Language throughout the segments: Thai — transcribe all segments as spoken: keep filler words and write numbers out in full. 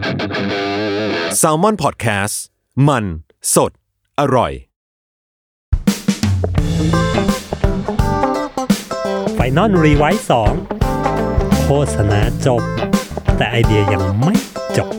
Salmon Podcast มันสดอร่อย Final Rewind สองโฆษณาจบแต่ไอเดียยังไม่จบ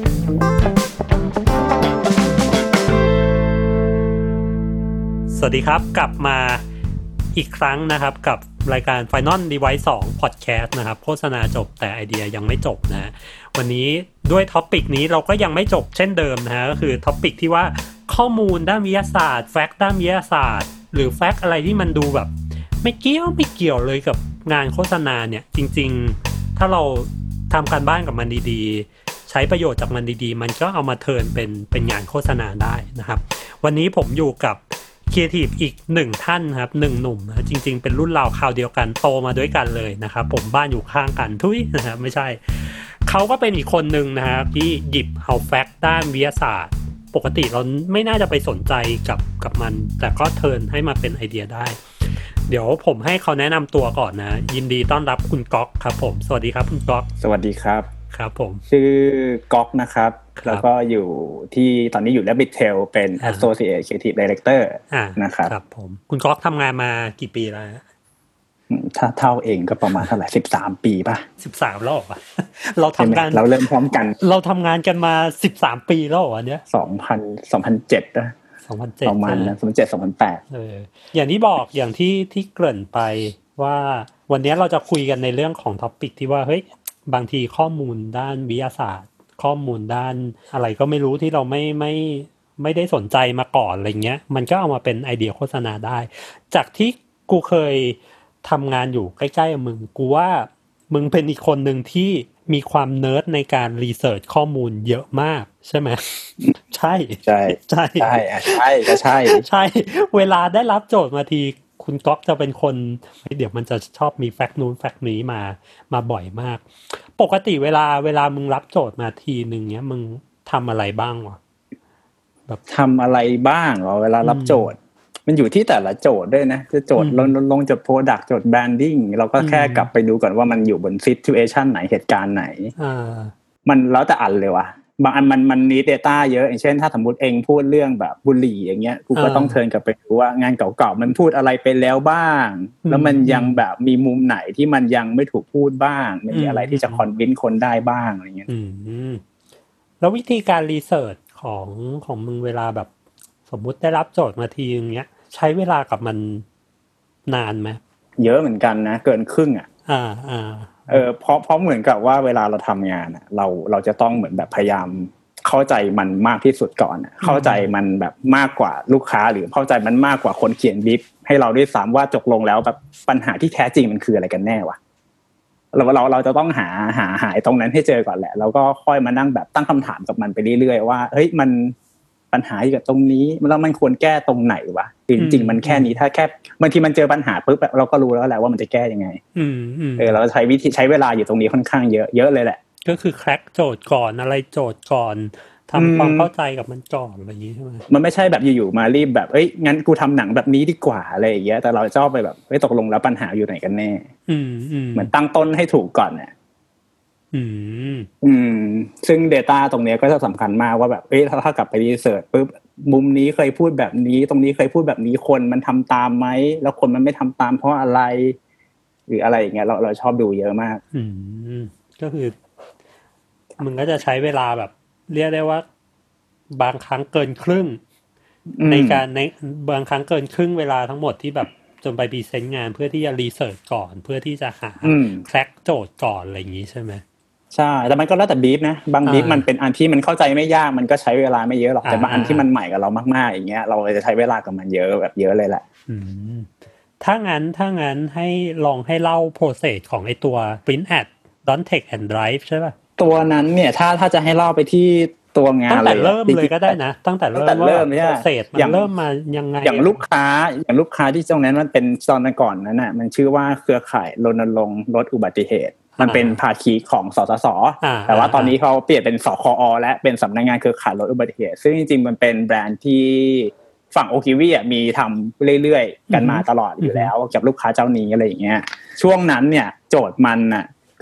สวัสดีครับกลับมาอีกครั้งนะครับกับรายการ Final Rewind สอง Podcast นะครับโฆษณาจบแต่ไอเดียยังไม่จบนะวันนี้ด้วยท็อปิกนี้เราก็ยังไม่จบเช่นเดิมนะฮะก็คือท็อปิกที่ว่าข้อมูลด้านวิทยาศาสตร์แฟกต์ด้านวิทยาศาสตร์หรือแฟกต์อะไรที่มันดูแบบไม่เกี่ยวไม่เกี่ยวเลยกับงานโฆษณาเนี่ยจริงๆถ้าเราทำการบ้านกับมันดีๆใช้ประโยชน์จากมันดีๆมันก็เอามาเทิร์นเป็นเป็นงานโฆษณาได้นะครับวันนี้ผมอยู่กับครีเอทีฟอีกหนึ่งท่านครับหนึ่งหนุ่มนะจริงๆเป็นรุ่นราวคราวเดียวกันโตมาด้วยกันเลยนะครับผมบ้านอยู่ข้างกันทุยนะครับไม่ใช่เขาก็เป็นอีกคนนึงนะครับที่หยิบเอาแฟกต์ด้านวิทยาศาสตร์ปกติเราไม่น่าจะไปสนใจกับกับมันแต่ก็เทิร์นให้มาเป็นไอเดียได้เดี๋ยวผมให้เขาแนะนำตัวก่อนนะยินดีต้อนรับคุณก๊อกครับผมสวัสดีครับคุณก๊อกสวัสดีครับครับผมชื่อก๊อกนะครับแล้วก็อยู่ที่ตอนนี้อยู่ Rabbit-Tail เป็น Associate Creative Director นะครับครับผมคุณก๊อกทำงานมากี่ปีแล้วถ้าเท่าเองก็ประมาณเท่าไหร่สิบสามปีป่ะสิบสามแล้วอ่ะเราทำงานเราเริ่มพร้อมกันเราทำงานกันมาสิบสามปีแล้วอันเนี้ยสองพัน สองพันเจ็ดนะสองพันเจ็ดประมาณนั้นสองพันเจ็ด สองพันแปดเอออย่างที่บอกอย่างที่ที่เกริ่นไปว่าวันนี้เราจะคุยกันในเรื่องของท็อปิกที่ว่าเฮ้ยบางทีข้อมูลด้านวิทยาศาสตร์ข้อมูลด้านอะไรก็ไม่รู้ที่เราไม่ไม่ไม่ได้สนใจมาก่อนอะไรเงี้ยมันก็เอามาเป็นไอเดียโฆษณาได้จากที่กูเคยทำงานอยู่ใกล้ๆกับมึงกูว่ามึงเป็นอีกคนหนึ่งที่มีความเนิร์ดในการรีเสิร์ชข้อมูลเยอะมากใช่ไหมใช่ใช่ใช่ใช่ใช่ก็ใช่ใช่เวลาได้รับโจทย์มาทีคุณก๊อกจะเป็นคนเดี๋ยวมันจะชอบมีแฟกต์นู้นแฟกต์นี้มามาบ่อยมากปกติเวลาเวลามึงรับโจทย์มาทีนึงเนี้ยมึงทำอะไรบ้างวะแบบทำอะไรบ้างเหรอเวลารับโจทย์มันอยู่ที่แต่ละโจทย์ด้วยนะจะโจทย์ลงลงจาก product โจทย์ branding เราก็แค่กลับไปดูก่อนว่ามันอยู่บน situation ไหนเหตุการณ์ไหนมันแล้วแต่อันเลยว่ะบางอันมันมันneed data เยอะอย่างเช่นถ้าสมมุติเองพูดเรื่องแบบบุหรี่อย่างเงี้ยกูก็ต้องเทิร์นกลับไปดูว่างานเก่าๆมันพูดอะไรไปแล้วบ้างแล้วมันยังแบบมีมุมไหนที่มันยังไม่ถูกพูดบ้างมีอะไรที่จะ convince คนได้บ้างอะไรเงี้ยแล้ววิธีการรีเสิร์ชของของมึงเวลาแบบสมมุติได้รับโจทย์มาทีอย่างเงี้ยใช้เวลากับมันนานไหมเยอะเหมือนกันนะเกินครึ่งอ่ะอ่าอ่าเออเพราะเพราะเหมือนกับว่าเวลาเราทำงานอ่ะเราเราจะต้องเหมือนแบบพยายามเข้าใจมันมากที่สุดก่อนเข้าใจมันแบบมากกว่าลูกค้าหรือเข้าใจมันมากกว่าคนเขียนบรีฟให้เราด้วยซ้ำว่าตกลงแล้วแบบปัญหาที่แท้จริงมันคืออะไรกันแน่วะเราเราเราจะต้องหาหาหาตรงนั้นให้เจอก่อนแหละแล้วก็ค่อยมานั่งแบบตั้งคำถามกับมันไปเรื่อยๆว่าเฮ้ยมันปัญหาอยู่กับตรงนี้แล้วมันควรแก้ตรงไหนวะจริงๆมันแค่นี้ถ้าแค่บางทีมันเจอปัญหาปุ๊บเราก็รู้แล้วแหละว่ามันจะแก้ยังไงเออเราใช้วิธีใช้เวลาอยู่ตรงนี้ค่อนข้างเยอะเยอะเลยแหละก็คือแคร็กโจทย์ก่อนอะไรโจทย์ก่อนทำความเข้าใจกับมันก่อนอะไรอย่างนี้ใช่ไหมมันไม่ใช่แบบอยู่ๆมารีบแบบเอ้ยงั้นกูทำหนังแบบนี้ดีกว่าอะไรอย่างเงี้ยแต่เราชอบไปแบบเฮ้ยตกลงแล้วปัญหาอยู่ไหนกันแน่เหมือนตั้งต้นให้ถูกก่อนเนี่ยอืมอืมซึ่ง data ตรงนี้ก็จะสำคัญมากว่าแบบเอ้ยถ้าถ้ากลับไปรีเสิร์ชปุ๊บมุมนี้เคยพูดแบบนี้ตรงนี้เคยพูดแบบนี้คนมันทำตามไหมแล้วคนมันไม่ทำตามเพราะอะไรหรืออะไรอย่างเงี้ยเราเราชอบดูเยอะมากอืมก็คือมึงก็จะใช้เวลาแบบเรียกได้ว่าบางครั้งเกินครึ่งในการในบางครั้งเกินครึ่งเวลาทั้งหมดที่แบบจนไปพรีเซนต์งานเพื่อที่จะรีเสิร์ชก่อนเพื่อที่จะหาแคร็กโจทย์ก่อนอะไรอย่างนี้ใช่ไหมใช่แต่มันก็แล้วแต่บีฟนะบางบีฟมันเป็นอันที่มันเข้าใจไม่ยากมันก็ใช้เวลาไม่เยอะหรอกแต่บางอันที่มันใหม่กับเรามากๆอย่างเงี้ยเราจะใช้เวลากับมันเยอะแบบเยอะเลยแหละถ้างั้นถ้างั้นให้ลองให้เล่าโปรเซสของไอตัว print ad don't take and drive ใช่ป่ะตัวนั้นเนี่ยถ้าถ้าจะให้เล่าไปที่ตัวงานเลยตั้งแต่เริ่มเลยก็ได้นะตั้งแต่เริ่มว่าโปรเซสมันเริ่มมายังไงอย่างลูกค้าอย่างลูกค้าที่ตรงนั้นมันเป็นตอนก่อนนั้นน่ะมันชื่อว่าเครือข่ายรณรงค์ลดอุบัติเหตุมันเป็นภาคีของสสสแต่ว่าตอนนี้เขาเปลี่ยนเป็นสคอและเป็นสำนักงานเครือข่ายลดอุบัติเหตุซึ่งจริงๆมันเป็นแบรนด์ที่ฝั่งโอคิวิอ่ะมีทำเรื่อยๆกันมาตลอดอยู่แล้วกับลูกค้าเจ้านี้อะไรอย่างเงี้ยช่วงนั้นเนี่ยโจทย์มันน่ะ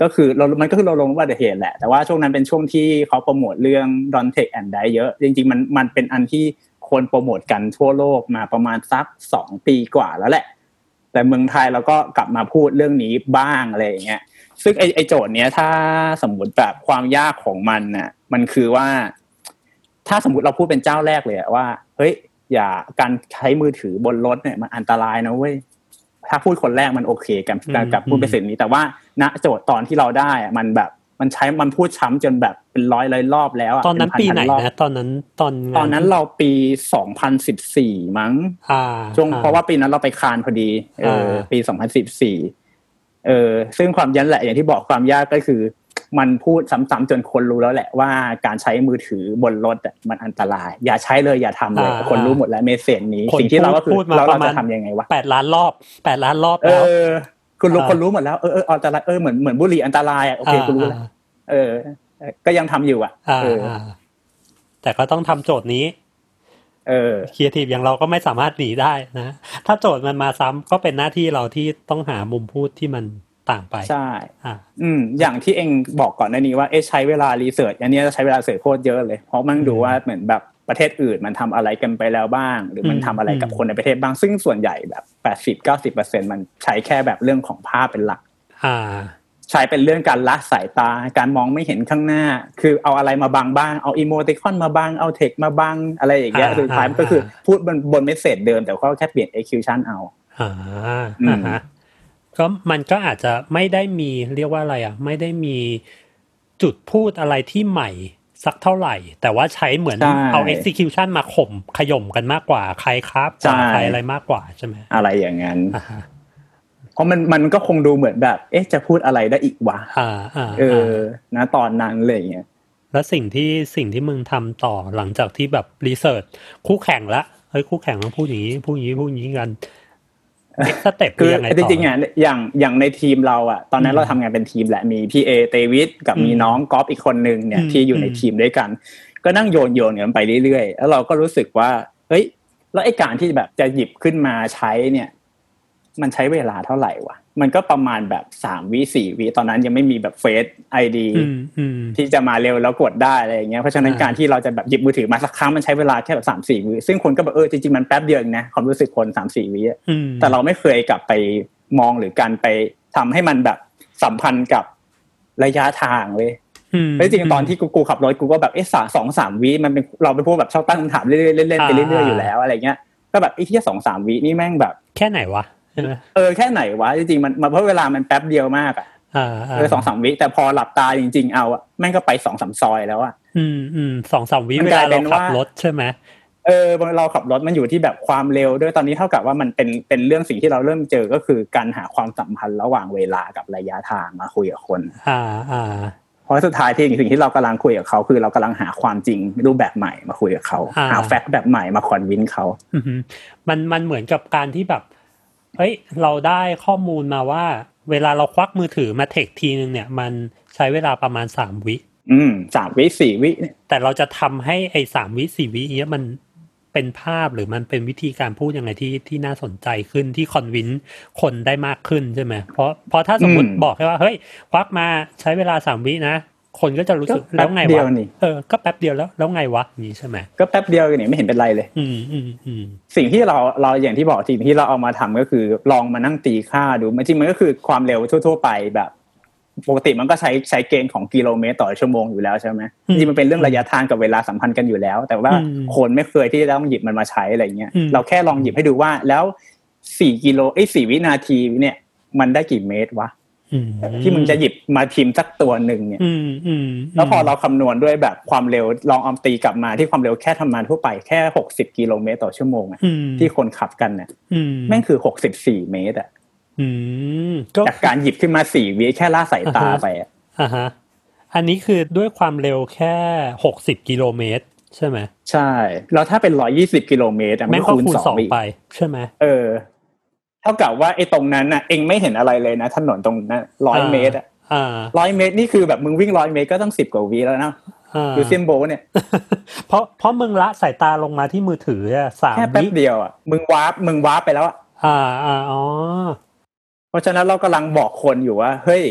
ก็คือเรามันก็คือเราลงอุบัติเหตุแหละแต่ว่าช่วงนั้นเป็นช่วงที่เขาโปรโมทเรื่อง Don't Take and Die เยอะจริงๆมันมันเป็นอันที่คนโปรโมทกันทั่วโลกมาประมาณสักสองปีกว่าแล้วแหละแต่เมืองไทยเราก็กลับมาพูดเรื่องนี้บ้างอะไรอย่างเงี้ยซึ่งไอ้ไอ้โจทย์เนี้ยถ้าสมมุติแบบความยากของมันน่ะมันคือว่าถ้าสมมุติเราพูดเป็นเจ้าแรกเลยว่าเฮ้ยอย่าการใช้มือถือบนรถเนี่ยมันอันตรายนะเว้ยถ้าพูดคนแรกมันโอเคกันกับพูดเป็นสิ่งนี้แต่ว่าณโจทย์ตอนที่เราได้มันแบบมันใช้มันพูดช้ำจนแบบเป็นร้อยร้อยรอบแล้วอ่ะตอนนั้นปีไหนนะตอนนั้นตอนตอนนั้นเราปีสองพันสิบสี่มั้งอ่าช่วงเพราะว่าปีนั้นเราไปคานพอดีเออปีสองพันสิบสี่เออซึ่งความยันแหละอย่างที่บอกความยากก็คือมันพูดซ้ำๆจนคนรู้แล้วแหละว่าการใช้มือถือบนรถอ่ะมันอันตรายอย่าใช้เลยอย่าทำเลยคนรู้หมดแล้วเมสเสจนี้สิ่งที่เราก็คือเราเราจะทำยังไงวะแปดล้านรอบแปดล้านรอบเออคุณรู้คนรู้หมดแล้วเออเอออันตรายเออเหมือนเหมือนบุหรี่อันตรายอ่ะโอเคกูรู้แล้วเออก็ยังทำอยู่อ่ะเออแต่ก็ต้องทำโจทย์นี้เออครีเอทีฟอย่างเราก็ไม่สามารถหนีได้นะถ้าโจทย์มันมาซ้ำก็เป็นหน้าที่เราที่ต้องหามุมพูดที่มันต่างไปใช่อ่าอืมอย่างที่เองบอกก่อนหน้านี้ว่าเอ๊ะใช้เวลารีเสิร์ชอันนี้จะใช้เวลาเสิร์ชโคตรเยอะเลยเพราะมันดูว่าเหมือนแบบประเทศอื่นมันทำอะไรกันไปแล้วบ้างหรือมันทำอะไรกับคนในประเทศบ้างซึ่งส่วนใหญ่แบบ แปดสิบถึงเก้าสิบเปอร์เซ็นต์ มันใช้แค่แบบเรื่องของภาพเป็นหลักอ่าใช้เป็นเรื่องการละสายตาการมองไม่เห็นข้างหน้าคือเอาอะไรมาบังบ้างเอาอีโมติคอนมาบังเอาเทคมาบังอะไรอย่างเงี้ยสุดท้ายมันก็คือพูดบนบนเมสเสจเดิมแต่ก็แค่เปลี่ยน execution เอาอ่าอ่าฮะก็มันก็อาจจะไม่ได้มีเรียกว่าอะไรอ่ะไม่ได้มีจุดพูดอะไรที่ใหม่สักเท่าไหร่แต่ว่าใช้เหมือนเอา execution มาข่มขย่มกันมากกว่าใครครับใครอะไรมากกว่าใช่ไหมอะไรอย่างนั้นเพราะมันมันก็คงดูเหมือนแบบเอ๊ะจะพูดอะไรได้อีกวะอ่าอ่าเออนะตอนนั้นเลยอย่างเงี้ยแล้วสิ่งที่สิ่งที่มึงทำต่อหลังจากที่แบบรีเสิร์ชคู่แข่งละเฮ้ยคู่แข่งต้องพูดอย่างนี้พูดอย่างนี้พูดอย่างนี้กันสเต็ปคือจริงๆอ่ะอย่างอย่างในทีมเราอ่ะตอนนั้นเราทำงานเป็นทีมแหละมีพี่เอเตวิทกับมีน้องก๊อฟอีกคนนึงเนี่ยที่อยู่ในทีมด้วยกันก็นั่งโยนโยนกันไปเรื่อยๆแล้วเราก็รู้สึกว่าเฮ้ยแล้วไอ้การที่แบบจะหยิบขึ้นมาใช้เนี่ยมันใช้เวลาเท่าไหร่วะมันก็ประมาณแบบสามวิสี่วิตอนนั้นยังไม่มีแบบเฟซ ไอ ดี ที่จะมาเร็วแล้วกดได้อะไรอย่างเงี้ยเพราะฉะนั้นการที่เราจะแบบหยิบมือถือมาสักครั้งมันใช้เวลาแค่แบบ สามสี่ วิซึ่งคนก็แบบเออจริงๆมันแป๊บเดียวเองนะความรู้สึกคน สามสี่ วิอ่ะแต่เราไม่เคยกลับไปมองหรือการไปทำให้มันแบบสัมพันธ์กับระยะทางเว้ยแล้วจริงๆตอนที่กูขับรถกูก็แบบเอ๊ะสอง สามวิมันเป็นเราเป็นพวกแบบชอบตั้งคำถามเรื่อยๆเล่นๆไปเรื่อยๆอยู่แล้วอะไรเงี้ยก็แบบไอ้ที่สอง สาม วินี่แม่งแบบแค่ไหนวะเออแค่ไหนวะจริงๆมันเพราะเวลามันแป๊บเดียวมากอ่ะอ่าเออ สองสาม วิแต่พอหลับตาจริงๆเอาอ่ะแม่งก็ไป สองสาม ซอยแล้วอ่ะอืมๆ สองสาม วิเวลาเราขับรถใช่มั้ยเออเราขับรถมันอยู่ที่แบบความเร็วด้วยตอนนี้เท่ากับว่ามันเป็นเป็นเรื่องสิ่งที่เราเริ่มเจอก็คือการหาความสัมพันธ์ระหว่างเวลากับระยะทางมาคุยกับคนอ่าๆเพราะสุดท้ายที่สิ่งที่เรากำลังคุยกับเขาคือเรากำลังหาความจริงรูปแบบใหม่มาคุยกับเขาหาแฟกต์แบบใหม่มาคอนวินเขาอือมันมันเหมือนกับการที่แบบเฮ้ยเราได้ข้อมูลมาว่าเวลาเราควักมือถือมาเทคทีนึงเนี่ยมันใช้เวลาประมาณสามวิอืมสามวิสี่วิแต่เราจะทำให้ไอ้สามวิสี่วิเนี้ยมันเป็นภาพหรือมันเป็นวิธีการพูดยังไงที่ที่น่าสนใจขึ้นที่คอนวินคนได้มากขึ้นใช่ไหมเพราะเพราะถ้าสมมติบอกแค่ว่าเฮ้ยควักมาใช้เวลาสามวินะคนก็จะรู้สึกแล้วไงวะเออก็แป๊บเดียวแล้วแล้วไงวะนี่ใช่ไหมก็แป๊บเดียวนี่ไม่เห็นเป็นไรเลยอืมอืมอืมสิ่งที่เราเราอย่างที่บอกสิ่งที่เราเอามาทำก็คือลองมานั่งตีค่าดูจริงมันก็คือความเร็วทั่วๆไปแบบปกติมันก็ใช้ใช้เกณฑ์ของกิโลเมตรต่อชั่วโมงอยู่แล้วใช่ไหมจริงมันเป็นเรื่องระยะทางกับเวลาสัมพันธ์กันอยู่แล้วแต่ว่าคนไม่เคยที่จะต้องหยิบมันมาใช้อะไรเงี้ยเราแค่ลองหยิบให้ดูว่าแล้วสี่กิโลเอ้ยสี่วินาทีเนี่ยมันได้กี่เมตรวะที่มึงจะหยิบมาพิมพ์สักตัวหนึ่งเนี่ยแล้วพอเราคำนวณด้วยแบบความเร็วลองเอาตีกลับมาที่ความเร็วแค่ทำงานทั่วไปแค่หกสิบกิโลเมตรต่อชั่วโมงอ่ะที่คนขับกันเนี่ยแม่งคือหกสิบสี่เมตรอ่ะจากการหยิบขึ้นมาสี่วิแค่ละสายตาไปอ่ะอ่าฮะอันนี้คือด้วยความเร็วแค่หกสิบกิโลเมตรใช่ไหมใช่แล้วถ้าเป็นหนึ่งร้อยยี่สิบกิโลเมตรอ่ะมันคูณสองไปใช่ไหมเออเท่ากับว่าไอ้ตรงนั้นน่ะเองไม่เห็นอะไรเลยนะถนนตรงนั้นหนึ่งร้อยเมตรอ่ะอ่าหนึ่งร้อยเมตรนี่คือแบบมึงวิ่งหนึ่งร้อยเมตรก็ต้องสิบกว่าวิแล้วนะยูเซนโบเนี่ยเพราะเพราะมึงละสายตาลงมาที่มือถืออ่ะสามวิแค่แป๊บเดียวอ่ะมึงวาร์ปมึงวาร์ปไปแล้วอ่ะอ่าอ่าอ๋อเพราะฉะนั้นเรากำลังบอกคนอยู่ว่าเฮ้ย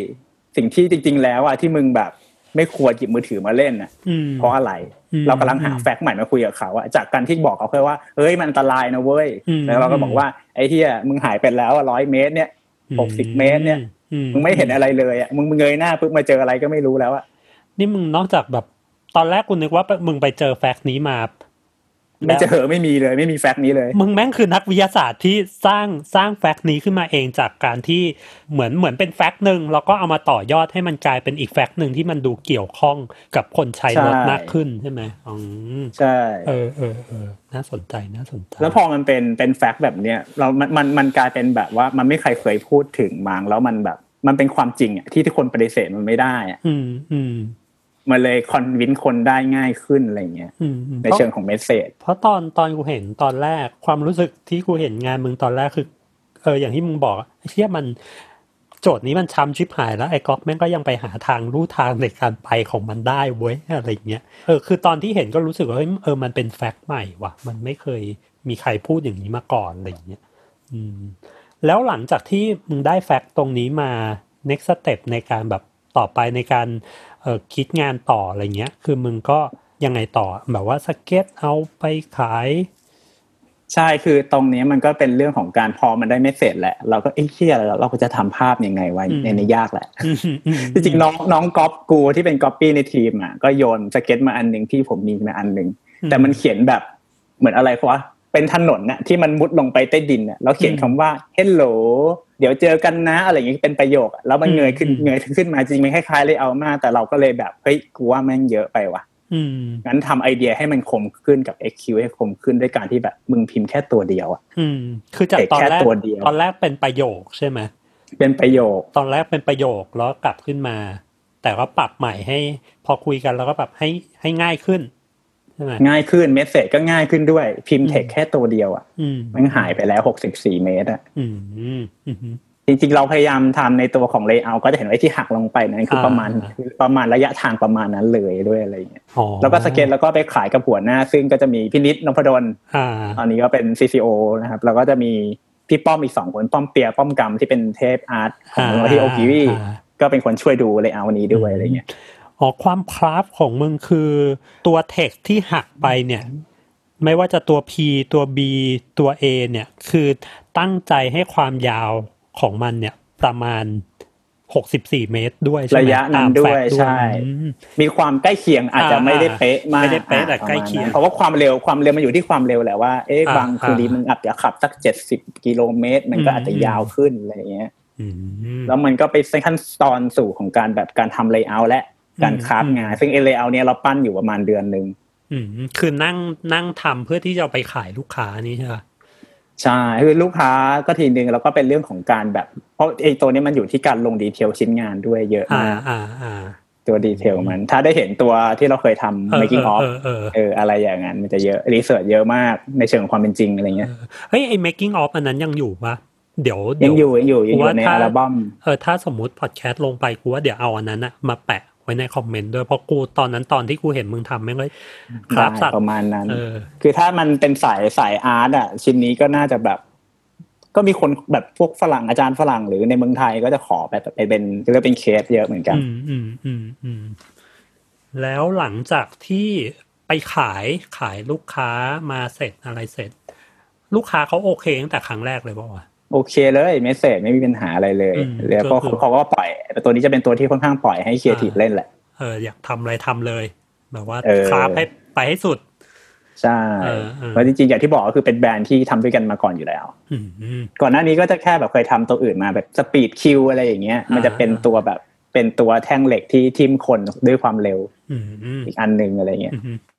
สิ่งที่จริงๆแล้วอ่ะที่มึงแบบไม่ควรหยิบมือถือมาเล่นน่ะเพราะอะไรเรากำลังหาแฟกต์ใหม่มาคุยกับเขาอ่ะจากการที่บอกเขาแค่ว่าเฮ้ยมันอันตรายนะเว้ยแล้วเราก็บอกว่าไอ้เหี้ยมึงหายไปแล้วร้อยเมตรเนี่ยหกสิบเมตรเนี่ยมึงไม่เห็นอะไรเลยอ่ะมึงเงยหน้าปุ๊บมาเจออะไรก็ไม่รู้แล้วอ่ะนี่มึงนอกจากแบบตอนแรกกูนึกว่ามึงไปเจอแฟกต์นี้มาไม่เจอไม่มีเลยไม่มีแฟกต์นี้เลยมึงแม่งคือนักวิทยาศาสตร์ที่สร้างสร้างแฟกต์นี้ขึ้นมาเองจากการที่เหมือนเหมือนเป็นแฟกต์นึงแล้วก็เอามาต่อยอดให้มันกลายเป็นอีกแฟกต์นึงที่มันดูเกี่ยวข้องกับคนใช้รถมากขึ้นใช่ไหมอ๋อใช่เออเออเออน่าสนใจน่าสนใจแล้วพอมันเป็นเป็นแฟกต์แบบเนี้ยเรามันมันมันกลายเป็นแบบว่ามันไม่ใครเคยพูดถึงมั้งแล้วมันแบบมันเป็นความจริงอ่ะที่ทุกคนปฏิเสธมันไม่ได้อ่ะอืมอืมมันเลยคอนวินคนได้ง่ายขึ้นอะไรเงี้ยในเชิงของเมสเสจเพราะตอนตอนกูเห็นตอนแรกความรู้สึกที่กูเห็นงานมึงตอนแรกคือเอออย่างที่มึงบอกไอ้เหี้ยมันโจทย์นี้มันช้ำชิบหายแล้วไอ้ก๊อกแม่งก็ยังไปหาทางลู่ทางในการไปของมันได้เว้ยอะไรเงี้ยเออคือตอนที่เห็นก็รู้สึกว่าเฮ้ยเออมันเป็นแฟกต์ใหม่ว่ะมันไม่เคยมีใครพูดอย่างนี้มาก่อนอะไรเงี้ยอืมแล้วหลังจากที่มึงได้แฟกต์ตรงนี้มา next step ในการแบบต่อไปในการเอ่อคิดงานต่ออะไรเงี้ยคือมึงก็ยังไงต่อแบบว่าสเก็ตเอาไปขายใช่คือตรงนี้มันก็เป็นเรื่องของการพอมันได้ไม่เสร็จแหละเราก็เอ้ยเหี้ยเราเราก็จะทำภาพยังไงไว้ในนี้ยากแหละจริงๆน้องน้องก๊อปกูที่เป็นก๊อปปี้ในทีมอ่ะก็โยนสเก็ตมาอันนึงที่ผมมีมาอันนึงแต่มันเขียนแบบเหมือนอะไรวะเป็นถนนน่ะที่มันมุดลงไปใต้ดินน่ะแล้วเขียนคำว่า hello เดี๋ยวเจอกันนะอะไรอย่างงี้เป็นประโยคแล้วมันเงยขึ้นเงยขึ้นมาจริงมันคล้ายๆเลยเอามากแต่เราก็เลยแบบเฮ้ยกูว่าแม่งเยอะไปว่ะงั้นทำไอเดียให้มันคมขึ้นกับ เอ็กซ์ คิว ให้คมขึ้นด้วยการที่แบบมึงพิมพ์แค่ตัวเดียวอ่ะอืมคือจากตอนแรกตอนแรกเป็นประโยคใช่ไหมเป็นประโยคตอนแรกเป็นประโยคแล้วกลับขึ้นมาแต่ก็ปรับใหม่ให้พอคุยกันแล้วก็แบบให้ให้ง่ายขึ้นใช่ไหมง่ายขึ้นเมสเสจก็ง่ายขึ้นด้วยพิมพ์เทคแค่ตัวเดียวอ่ะมันหายไปแล้วหกสิบสี่เมตรอ่ะจริงๆเราพยายามทำในตัวของเลเยอร์ก็จะเห็นไว้ที่หักลงไปนั่นคือประมาณประมาณระยะทางประมาณนั้นเลยด้วยอะไรอย่างเงี้ยแล้วก็สเก็ตแล้วก็ไปขายกับหัวหน้าซึ่งก็จะมีพี่นิดนพดลตอนนี้ก็เป็น ซี ซี โอ นะครับแล้วก็จะมีพี่ป้อมอีกสองคนป้อมเปียป้อมกำที่เป็นเทปอาร์ตของที่โอกิวีก็เป็นคนช่วยดูเลเยอร์นี้ด้วยอะไรเงี้ยอ๋อความคราฟของมึงคือตัวเท็กซ์ที่หักไปเนี่ยไม่ว่าจะตัว P ตัว B ตัว A เนี่ยคือตั้งใจให้ความยาวของมันเนี่ยประมาณหกสิบสี่เมตรด้วยใช่ไหมระยะนั้นด้วยใช่มีความใกล้เคียงอาจจะไม่ได้เป๊ะมากไม่ได้เป๊ะแต่ใกล้เคียงเพราะว่าความเร็วความเร็วมันอยู่ที่ความเร็วแหละว่าเอ๊ะบางคืนนี้มันอาจจะขับสักเจ็ดสิบกิโลเมตรมันก็อาจจะยาวขึ้นอะไรอย่างเงี้ยแล้วมันก็ไปขั้นตอนสู่ของการแบบการทำเลเยอร์และการคราฟงานซึ่งไอ้เลเยอร์เนี้ยเราปั้นอยู่ประมาณเดือนนึงอืมคือนั่งนั่งทำเพื่อที่จะไปขายลูกค้านี่ใช่ป่ะใช่คือลูกค้าก็ทีนึงแล้วก็เป็นเรื่องของการแบบเพราะไอ้ตัวนี้มันอยู่ที่การลงดีเทลชิ้นงานด้วยเยอะมากตัวดีเทลมันถ้าได้เห็นตัวที่เราเคยทำ making of เอออะไรอย่างนั้นมันจะเยอะรีเสิร์ชเยอะมากในเชิงความเป็นจริงอะไรเงี้ยเฮ้ยไอ้ making of อันนั้นยังอยู่ป่ะเดี๋ยวยังอยู่ยังอยู่ยังอยู่ในอัลบั้มเออถ้าสมมุติพอดแคสต์ลงไปกูว่าเดี๋ยวเอาอันนั้นนะมาแปะไว้ในคอมเมนต์ด้วยเพราะกูตอนนั้นตอนที่กูเห็นมึงทำแม่งเลยครับสัตว์ประมาณนั้นคือถ้ามันเป็นสายสายอาร์ตอ่ะชิ้นนี้ก็น่าจะแบบก็มีคนแบบพวกฝรั่งอาจารย์ฝรั่งหรือในเมืองไทยก็จะขอแบบไปเป็นเรียกเป็นเคสเยอะเหมือนกันอืมอืมอืมอืมแล้วหลังจากที่ไปขายขายลูกค้ามาเสร็จอะไรเสร็จลูกค้าเขาโอเคตั้งแต่ครั้งแรกเลยป่าววะโอเคเลยเมสเสจไม่มีปัญหาอะไรเลยแล้วก็เขาก็ปล่อยแต่ตัวนี้จะเป็นตัวที่ค่อนข้างปล่อยให้ครีเอทีฟเล่นแหละเอออยากทำอะไรทำเลยแบบว่าคราฟให้ไปให้สุดใช่เพราะจริงๆอย่างที่บอกก็คือเป็นแบรนด์ที่ทำด้วยกันมาก่อนอยู่แล้วก่อนหน้านี้ก็จะแค่แบบเคยทำตัวอื่นมาแบบสปีดคิวอะไรอย่างเงี้ยมันจะเป็นตัวแบบเป็นตัวแท่งเหล็กที่ทิ่มคนด้วยความเร็วอีกอันนึงอะไรเงี้ย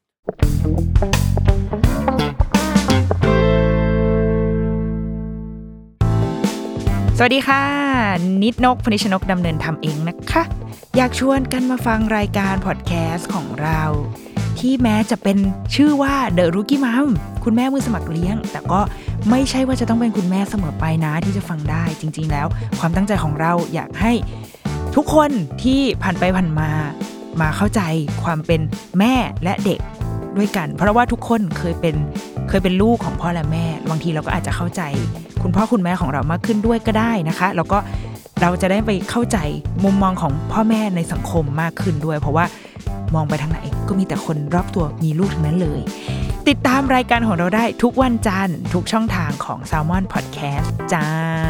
สวัสดีค่ะนิดนกพนิชนกดำเนินทำเองนะคะอยากชวนกันมาฟังรายการพอดแคสต์ของเราที่แม้จะเป็นชื่อว่า The Rookie Mom คุณแม่มือสมัครเลี้ยงแต่ก็ไม่ใช่ว่าจะต้องเป็นคุณแม่เสมอไปนะที่จะฟังได้จริงๆแล้วความตั้งใจของเราอยากให้ทุกคนที่ผ่านไปผ่านมามาเข้าใจความเป็นแม่และเด็กด้วยกันเพราะว่าทุกคนเคยเป็นเคยเป็นลูกของพ่อและแม่บางทีเราก็อาจจะเข้าใจคุณพ่อคุณแม่ของเรามากขึ้นด้วยก็ได้นะคะแล้วก็เราจะได้ไปเข้าใจมุมมองของพ่อแม่ในสังคมมากขึ้นด้วยเพราะว่ามองไปทางไหนก็มีแต่คนรอบตัวมีลูกทั้งนั้นเลยติดตามรายการของเราได้ทุกวันจันทร์ทุกช่องทางของ Salmon Podcast จ้า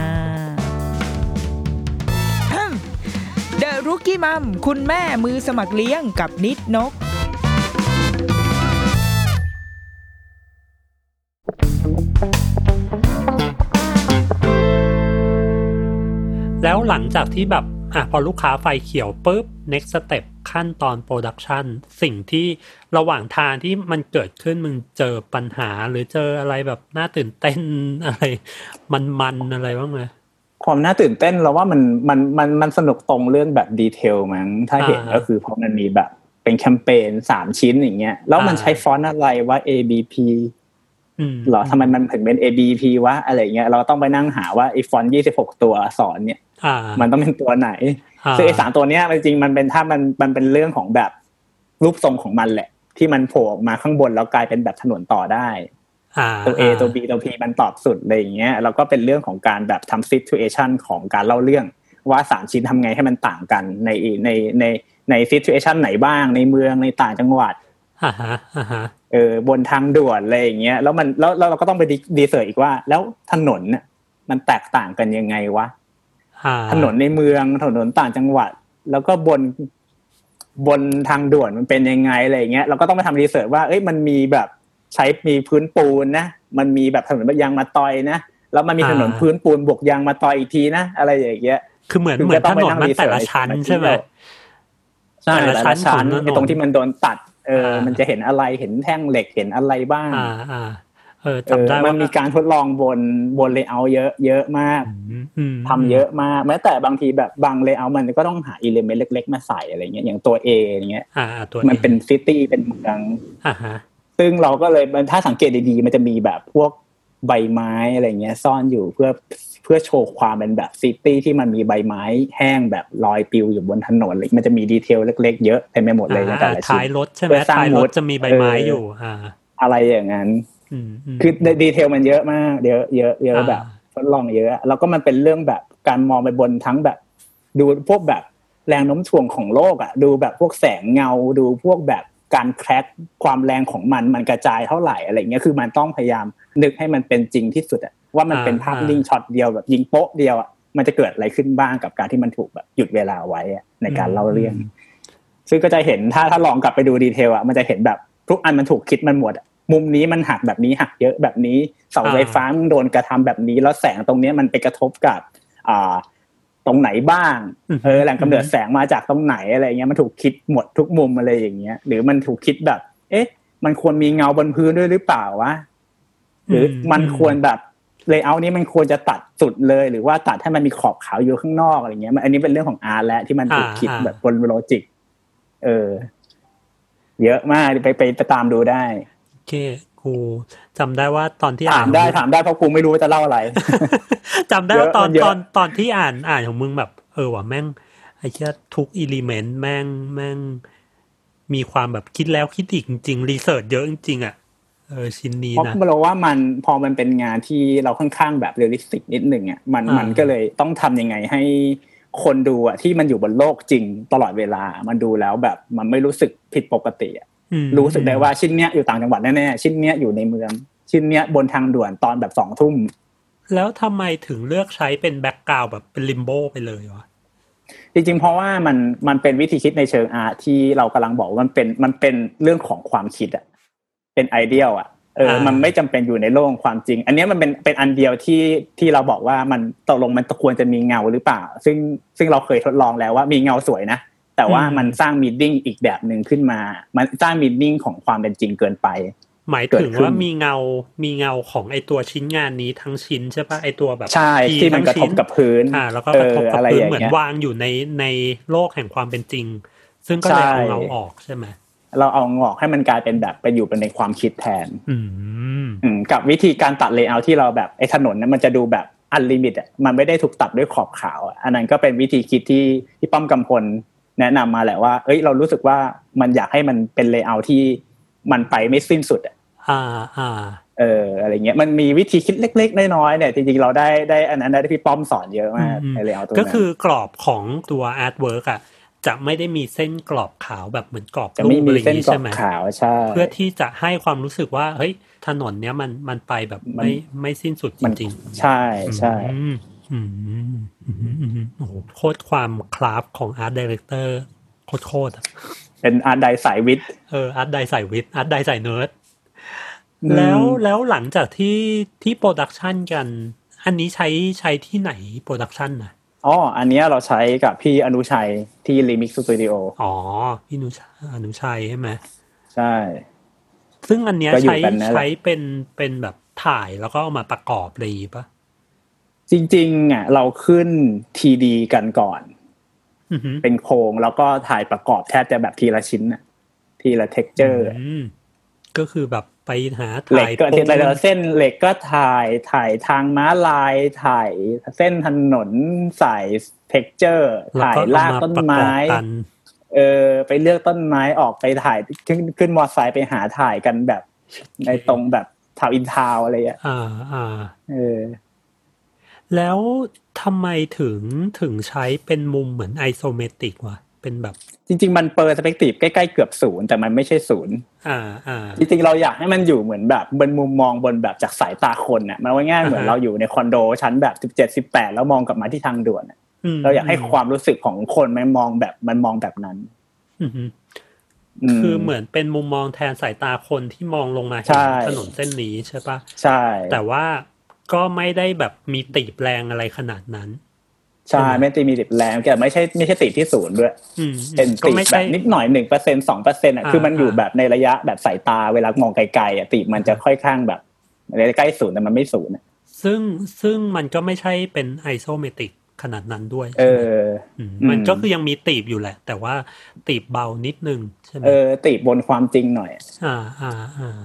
The Rookie Mom คุณแม่มือสมัครเลี้ยงกับนิดนกแล้วหลังจากที่แบบอ่ะพอลูกค้าไฟเขียวปุ๊บ next step ขั้นตอน production สิ่งที่ระหว่างทางที่มันเกิดขึ้นมึงเจอปัญหาหรือเจออะไรแบบน่าตื่นเต้นอะไรมันๆอะไรบ้างไหมความน่าตื่นเต้นเราว่ามันมันมันมันสนุกตรงเรื่องแบบดีเทลมั้งถ้าเห็นก็คือเพราะมันมีแบบเป็นแคมเปญสามชิ้นอย่างเงี้ยแล้วมันใช้ฟอนต์อะไรว่า เอ บี พี อืมหรอทำไมมันถึงเป็น เอ บี พี วะอะไรเงี้ยเราต้องไปนั่งหาว่าไอ้ฟอนต์ยี่สิบหกตัวอักษรเนี่ยมันต้องเป็นตัวไหนซึ่งไอ้สามตัวเนี้ยจริงๆมันเป็นถ้ามันมันเป็นเรื่องของแบบรูปทรงของมันแหละที่มันโผล่ออกมาข้างบนแล้วกลายเป็นแบบถนนต่อได้ตัว A ตัว B ตัว P มันตอบสุดอะไรอย่างเงี้ยแล้วก็เป็นเรื่องของการแบบทำ situation ของการเล่าเรื่องว่าสามชิ้นทำไงให้มันต่างกันในในในใน situation ไหนบ้างในเมืองในต่างจังหวัดอ่าฮะอ่าฮะเออบนทางด่วนอะไรอย่างเงี้ยแล้วมันแล้วเราก็ต้องไปดีเสิร์ชอีกว่าแล้วถนนน่ะมันแตกต่างกันยังไงวะถนนในเมืองถนนต่างจังหวัดแล้วก็บนบนทางด่วนมันเป็นยังไงอะไรอย่างเงี้ยเราก็ต้องไปทำรีเสิร์ชว่าเอ้ยมันมีแบบใช้มีพื้นปูนนะมันมีแบบถนนยางมะตอยนะแล้วมันมีถนนพื้นปูนบวกยางมะตอยอีกทีนะอะไรอย่างเงี้ยคือเหมือนเหมือนถนนมันแต่ละชั้นใช่ไหมใช่แต่ละชั้นไอ้ตรงที่มันโดนตัดเออมันจะเห็นอะไรเห็นแท่งเหล็กเห็นอะไรบ้างอ่าอ่าเออจำได้ว่ามันมีการทดลองบนบนเลเยอร์เยอะเยอะมากทำเยอะมากแม้แต่บางทีแบบบางเลเยอร์มันก็ต้องหาอิเลเมนต์เล็กๆมาใส่อะไรเงี้ยอย่างตัว A อย่างเงี้ยมันเป็นซิตี้เป็นเมืองอ่าฮะซึ่งเราก็เลยถ้าสังเกตดีๆมันจะมีแบบพวกใบไม้อะไรเงี้ยซ่อนอยู่เพื่อเพื่อโชว์ความเป็นแบบซิตี้ที่มันมีใบไม้แห้งแบบลอยปลิวอยู่บนถนนมันจะมีดีเทลเล็กๆเยอะเต็มไปหมดเลยในแต่ละชิ้นท้ายรถใช่ไหมท้ายรถจะมีใบไม้อยู่อ่าอะไรอย่างนั้นคือดีเทลมันเยอะมากเยอะเยอะเยอะแบบทดลองเยอะแล้วก็มันเป็นเรื่องแบบการมองไปบนทั้งแบบดูพวกแบบแรงโน้มถ่วงของโลกอ่ะดูแบบพวกแสงเงาดูพวกแบบการแคร็กความแรงของมันมันกระจายเท่าไหร่อะไรเงี้ยคือมันต้องพยายามนึกให้มันเป็นจริงที่สุดอ่ะว่ามันเป็นภาพนิ่งช็อตเดียวแบบยิงโป๊ะเดียวอ่ะมันจะเกิดอะไรขึ้นบ้างกับการที่มันถูกแบบหยุดเวลาไว้ในการเล่าเรื่องซึ่งก็จะเห็นถ้าถ้าลองกลับไปดูดีเทลอ่ะมันจะเห็นแบบทุกอันมันถูกคิดมันหมดมุมนี้มันหักแบบนี้หักเยอะแบบนี้เสาไฟฟ้ามันโดนกระทำแบบนี้แล้วแสงตรงนี้มันไปกระทบกับอ่าตรงไหนบ้างเออแหล่งกำเนิดแสงมาจากตรงไหนอะไรเงี้ยมันถูกคิดหมดทุกมุมอะไรอย่างเงี้ยหรือมันถูกคิดแบบเอ๊ะมันควรมีเงาบนพื้นด้วยหรือเปล่าวะหรือมันควรแบบเลเยอร์นี้มันควรจะตัดสุดเลยหรือว่าตัดให้มันมีขอบขาวอยู่ข้างนอกอะไรเงี้ยอันนี้เป็นเรื่องของอาร์ตและที่มันถูกคิดแบบบนโลจิกเออเยอะมากไปไปไปตามดูได้โอเคกูจำได้ว่าตอนที่อ่านได้ถามได้เพราะกูไม่รู้ว่าจะเล่าอะไรจำได้ว่าตอนตอนตอนที่อ่านอ่านของมึงแบบเออว่ะแม่งไอ้เหี้ยทุกอิเลเมนต์แม่งแม่งมีความแบบคิดแล้วคิดอีกจริงๆรีเสิร์ชเยอะจริงๆอ่ะเออชิ้นนี้นะเพราะเราว่ามันพอมันเป็นงานที่เราค่อนข้างแบบเรียลลิสติกนิดนึงอ่ะมันมันก็เลยต้องทำยังไงให้คนดูอ่ะที่มันอยู่บนโลกจริงตลอดเวลามันดูแล้วแบบมันไม่รู้สึกผิดปกติอ่ะรู้สึกได้ว่าชิ้นเนี้ยอยู่ต่างจังหวัดแน่ๆชิ้นเนี้ยอยู่ในเมืองชิ้นเนี้ยบนทางด่วนตอนแบบสองทุ่มแล้วทำไมถึงเลือกใช้เป็นแบ็คกราวด์แบบเป็นลิมโบไปเลยวะจริงๆเพราะว่ามันมันเป็นวิธีคิดในเชิงอาร์ตที่เรากำลังบอกว่ามันเป็นมันเป็นเรื่องของความคิดอ่ะเป็นไอเดียลอ่ะเออมันไม่จำเป็นอยู่ในโลกความจริงอันนี้มันเป็นเป็นอันเดียวที่ที่เราบอกว่ามันตกลงมันควรจะมีเงาหรือเปล่าซึ่งซึ่งเราเคยทดลองแล้วว่ามีเงาสวยนะแต่ว่ามันสร้างมีนิ่งอีกแบบนึงขึ้นมามันสร้างมีนิ่งของความเป็นจริงเกินไปหมายถึงว่ามีเงามีเงาของไอตัวชิ้นงานนี้ทั้งชิ้นใช่ป่ะไอตัวแบบใช่ที่มันกระทบกับพื้นอ่าแล้วก็กระทบกับพื้นเหมือนวางอยู่ในในโลกแห่งความเป็นจริงซึ่งก็เลยเอาเงาออกใช่ไหมเราเอางอกให้มันกลายเป็นแบบไปอยู่เป็นในความคิดแทนอืมอืมกับวิธีการตัดเลเยอร์ที่เราแบบไอ้ถนนนั้นมันจะดูแบบอันลิมิตอ่ะมันไม่ได้ถูกตัดด้วยขอบขาวอันนั้นก็เป็นวิธีคิดที่ที่ป้อมกำพลแนะนำมาแหละว่าเอ้ยเรารู้สึกว่ามันอยากให้มันเป็นเลเยอร์ที่มันไปไม่สิ้นสุดอ่ะอ่าอ่าเอเอออะไรเงี้ยมันมีวิธีคิดเล็กๆน้อยๆเนี่ยจริงๆเราได้ได้อันนั้นได้พี่ป้อมสอนเยอะมากในเลเยอร์ตัวนั้นก็คือกรอบของตัวอาร์ตเวิร์กอ่ะจะไม่ได้มีเส้นกรอบขาวแบบเหมือนกรอบรูปอะไรอย่างงี้ใช่ไหมขาวใช่เพื่อที่จะให้ความรู้สึกว่าเฮ้ยถนนเนี้ยมันมันไปแบบไม่ไม่สิ้นสุดจริงๆใช่ใช่อืมโอ้โหโคตรความคราฟของอาร์ตไดเรคเตอร์โคตรๆเป็นอาร์ตไดสายวิทย์เอออาร์ตไดสายวิทย์อาร์ตไดสายเนิร์ดแล้วแล้วหลังจากที่ที่โปรดักชันกันอันนี้ใช้ใช้ที่ไหนโปรดักชันน่ะอ๋ออันนี้เราใช้กับพี่อนุชัยที่ Remix Studio อ๋อพี่อนุชัยอนุชัยใช่ไหมใช่ซึ่งอันเนี้ยใช้ใช้เป็นเป็นแบบถ่ายแล้วก็เอามาประกอบเลยป่ะจริงๆอ่ะเราขึ้น ที ดี กันก่อนเป็นโครงแล้วก็ถ่ายประกอบแทบจะแบบทีละชิ้นน่ะทีละ texture ก็คือแบบไปหาถ่ายเหล็กก็ทีละเส้นเหล็กก็ถ่ายถ่ายทางม้าลายถ่ายเส้นถนนสาย texture ถ่ายรากต้นไม้เออไปเลือกต้นไม้ออกไปถ่ายขึ้นขึ้นมอเตอร์ไซค์ไปหาถ่ายกันแบบในตรงแบบทาวน์อินทาวน์อะไรอ่ะอ่าอ่าเออแล้วทำไมถึงถึงใช้เป็นมุมเหมือนไอโซเมตริกวะเป็นแบบจริงๆมันเปอร์สเปกทีฟใกล้ๆเกือบศูนย์แต่มันไม่ใช่ศูนย์อ่าอ่าจริงๆเราอยากให้มันอยู่เหมือนแบบบนมุมมองบนแบบจากสายตาคนน่ะมันว่าง่ายเหมือนเราอยู่ในคอนโดชั้นแบบสิบเจ็ด สิบแปดแล้วมองกลับมาที่ทางด่วนน่ะเราอยากให้ความรู้สึกของคนมันมองแบบมันมองแบบนั้นคือเหมือนเป็นมุมมองแทนสายตาคนที่มองลงมาเห็นถนนเส้นนี้ใช่ปะใช่แต่ว่าก็ไม่ได้แบบมีตีบแรงอะไรขนาดนั้นใช่ไม่ได้มีตีบแรงแต่ไม่ใช่ไม่ใช่ตีบที่ศูนย์ด้วยเป็นตีบแบบนิดหน่อย หนึ่งเปอร์เซ็นต์ สองเปอร์เซ็นต์ อ่ะคือมันอยู่แบบในระยะแบบสายตาเวลามองไกลๆอ่ะตีบมันจะค่อยข้างแบบใกล้ศูนย์แต่มันไม่ศูนย์อ่ะซึ่งซึ่งมันก็ไม่ใช่เป็นไอโซเมตริกขนาดนั้นด้วยเออมันก็คือยังมีตีบอยู่แหละแต่ว่าตีบเบานิดนึงใช่ไหมเออตีบบนความจริงหน่อยอ่าอ่าอ่า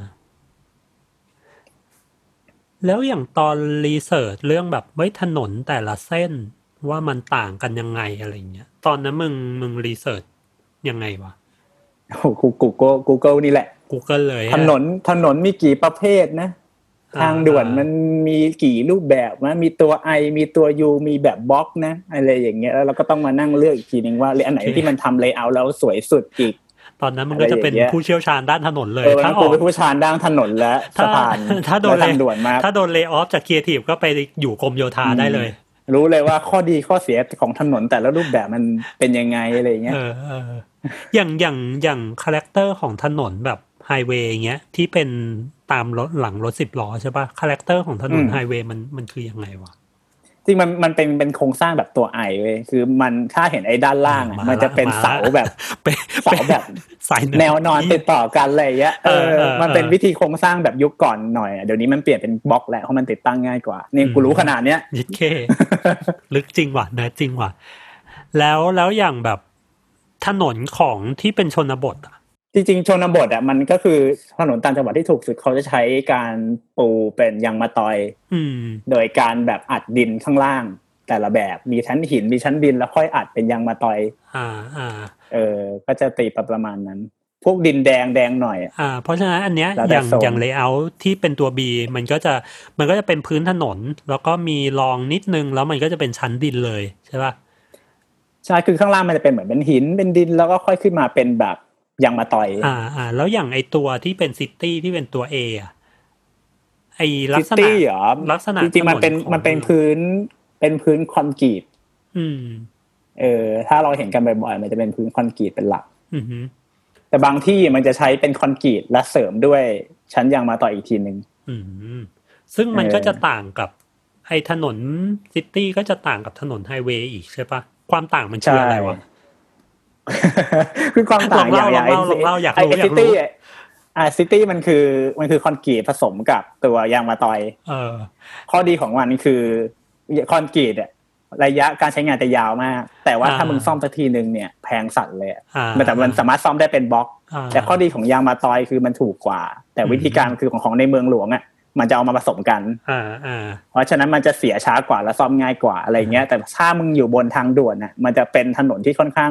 แล้วอย่างตอนรีเสิร์ชเรื่องแบบไว้ถนนแต่ละเส้นว่ามันต่างกันยังไงอะไรเงี้ยตอนนั้นมึงมึงรีเสิร์ชยังไงวะโอ้กู Google Google นี่แหละ Google เลยถนนถนนมีกี่ประเภทนะทางด่วนมันมีกี่รูปแบบนะมีตัว I มีตัว U มีแบบบล็อกนะอะไรอย่างเงี้ยแล้วเราก็ต้องมานั่งเลือกอีกทีนึงว่าอันไหนที่มันทำเลเยอร์แล้วสวยสุดอีกตอนนั้นมันก็จะเป็นผู้เชี่ยวชาญด้านถนนเลยถ้าออกเป็นผู้ชาญด้านถนนและสะพานถ้าโดนทางด่วนมาถ้าโดนเลย์ออฟจากครีเอทีฟก็ไปอยู่กรมโยธาได้เลยรู้เลยว่าข้อดีข้อเสียของถนนแต่ละรูปแบบมันเป็นยังไงอะไรเงี้ยเออๆอย่างอย่างอย่างคาแรคเตอร์ของถนนแบบไฮเวย์อย่างเงี้ยที่เป็นตามรถหลังรถสิบล้อใช่ป่ะคาแรคเตอร์ของถนนไฮเวย์มันมันคือยังไงวะจริงมันมันเป็นเป็นโครงสร้างแบบตัวไอเว้ยคือมันถ้าเห็นไอ้ด้านล่างอ่ะมันจะเป็นเสาแบบเสาแบบแนวนอนติดต่อกันอะไรอย่างเงี้ยเออมันเป็นวิธีโครงสร้างแบบยุคก่อนหน่อยเดี๋ยวนี้มันเปลี่ยนเป็นบล็อกแล้วเพราะมันติดตั้งง่ายกว่านี่กูรู้ขนาดเนี้ยยิดเคลึกจริงว่ะนะจริงว่ะแล้วแล้วอย่างแบบถนนของที่เป็นชนบทอ่ะจริงๆชนบทอ่ะมันก็คือถนนต่างจังหวัดที่ถูกสุดเขาจะใช้การปูเป็นยางมะตอยโดยการแบบอัดดินข้างล่างแต่ละแบบมีชั้นหินมีชั้นดินแล้วค่อยอัดเป็นยางมะตอยอ่าอ่าเออก็จะตีประมาณนั้นพวกดินแดงแดงหน่อยอ่าเพราะฉะนั้นอันเนี้ยอย่างอย่างเลเยอร์ที่เป็นตัว B มันก็จะมันก็จะเป็นพื้นถนนแล้วก็มีรองนิดนึงแล้วมันก็จะเป็นชั้นดินเลยใช่ป่ะใช่คือข้างล่างมันจะเป็นเหมือนเป็นหินเป็นดินแล้วก็ค่อยขึ้นมาเป็นแบบยังมาต่อยอ่าอ่าแล้วอย่างไอตัวที่เป็นซิตี้ที่เป็นตัว A อ่ะไอลักษณะลักษณะจริงๆมันเป็นมันเป็นพื้นเป็นพื้นคอนกรีตอืมเออถ้าเราเห็นกันบ่อยๆมันจะเป็นพื้นคอนกรีตเป็นหลักอือฮึแต่บางที่มันจะใช้เป็นคอนกรีตและเสริมด้วยชั้นยางมาต่อยอีกทีนึงอืมซึ่งมันก็จะต่างกับไอถนนซิตี้ก็จะต่างกับถนนไฮเวย์อีกใช่ปะความต่างมันคืออะไรวะคือความต่างอย่างอย่างไอ้ซิตี้อ่าซิตี้มันคือมันคือคอนกรีตผสมกับตัวยางมะตอยเออข้อดีของมันคือคอนกรีตอ่ะระยะการใช้งานจะยาวมากแต่ว่าถ้ามึงซ่อมสักทีนึงเนี่ยแพงสั่นเลยแต่มันสามารถซ่อมได้เป็นบล็อกแต่ข้อดีของยางมะตอยคือมันถูกกว่าแต่วิธีการคือของของในเมืองหลวงอ่ะมันจะเอามาผสมกันอ่าอ่าเพราะฉะนั้นมันจะเสียช้ากว่าและซ่อมง่ายกว่าอะไรเงี้ยแต่ถ้ามึงอยู่บนทางด่วนน่ะมันจะเป็นถนนที่ค่อนข้างแบบ